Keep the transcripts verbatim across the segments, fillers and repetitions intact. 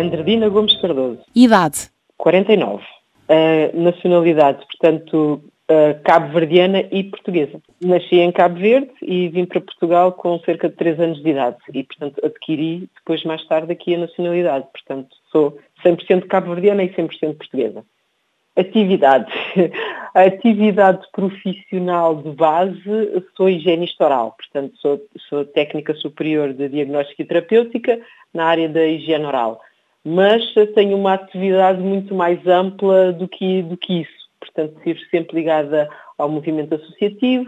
Andredina Gomes Cardoso. Idade? quarenta e nove. Uh, nacionalidade, portanto, uh, cabo-verdiana e portuguesa. Nasci em Cabo Verde e vim para Portugal com cerca de três anos de idade e, portanto, adquiri depois, mais tarde, aqui a nacionalidade. Portanto, sou cem por cento cabo-verdiana e cem por cento portuguesa. Atividade. A atividade profissional de base, sou higienista oral, portanto, sou, sou técnica superior de diagnóstica e terapêutica na área da higiene oral. Mas tenho uma atividade muito mais ampla do que, do que isso. Portanto, estive sempre ligada ao movimento associativo,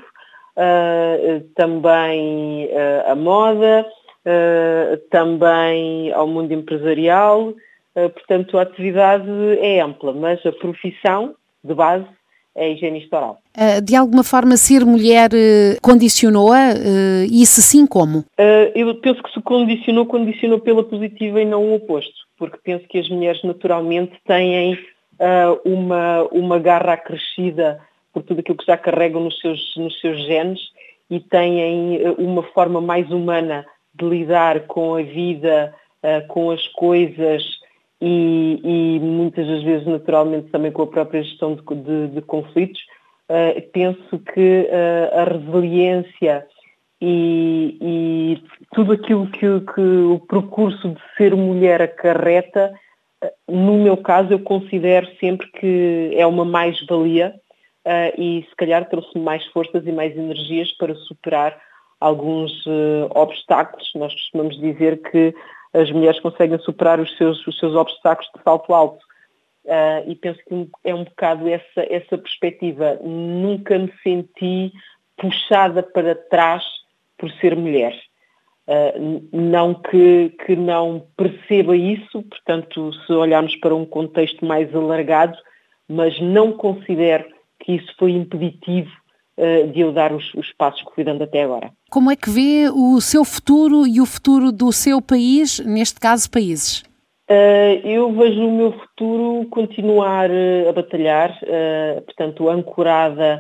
uh, também uh, à moda, uh, também ao mundo empresarial. Uh, portanto, a atividade é ampla, mas a profissão de base é higienista oral. Uh, de alguma forma, ser mulher uh, condicionou-a? Uh, e se sim, como? Uh, eu penso que se condicionou, condicionou pela positiva e não o oposto. Porque penso que as mulheres naturalmente têm uh, uma, uma garra acrescida por tudo aquilo que já carregam nos seus, nos seus genes e têm uh, uma forma mais humana de lidar com a vida, uh, com as coisas e, e muitas das vezes naturalmente também com a própria gestão de, de, de conflitos. Uh, penso que uh, a resiliência E, e tudo aquilo que, que o percurso de ser mulher acarreta, no meu caso, eu considero sempre que é uma mais-valia uh, e se calhar trouxe-me mais forças e mais energias para superar alguns uh, obstáculos. Nós costumamos dizer que as mulheres conseguem superar os seus, os seus obstáculos de salto alto. Uh, e penso que é um bocado essa, essa perspectiva. Nunca me senti puxada para trás por ser mulher. Uh, não que, que não perceba isso, portanto, se olharmos para um contexto mais alargado, mas não considero que isso foi impeditivo uh, de eu dar os, os passos que fui dando até agora. Como é que vê o seu futuro e o futuro do seu país, neste caso, países? Uh, eu vejo o meu futuro continuar uh, a batalhar, uh, portanto, ancorada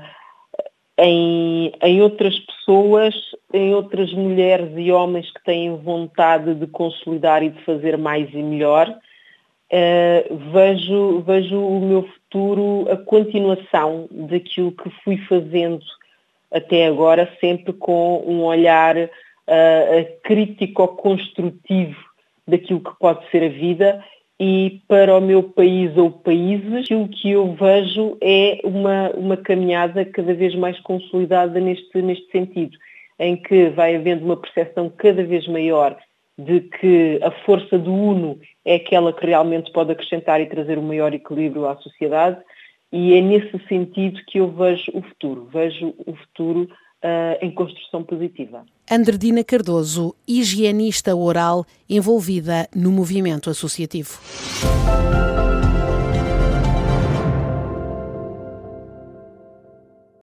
Em, em outras pessoas, em outras mulheres e homens que têm vontade de consolidar e de fazer mais e melhor. Uh, vejo, vejo o meu futuro a continuação daquilo que fui fazendo até agora, sempre com um olhar uh, crítico-construtivo daquilo que pode ser a vida. E para o meu país ou países, o que eu vejo é uma, uma caminhada cada vez mais consolidada neste, neste sentido, em que vai havendo uma percepção cada vez maior de que a força do uno é aquela que realmente pode acrescentar e trazer um maior equilíbrio à sociedade, e é nesse sentido que eu vejo o futuro, vejo o futuro Uh, em construção positiva. Andredina Cardoso, higienista oral envolvida no movimento associativo.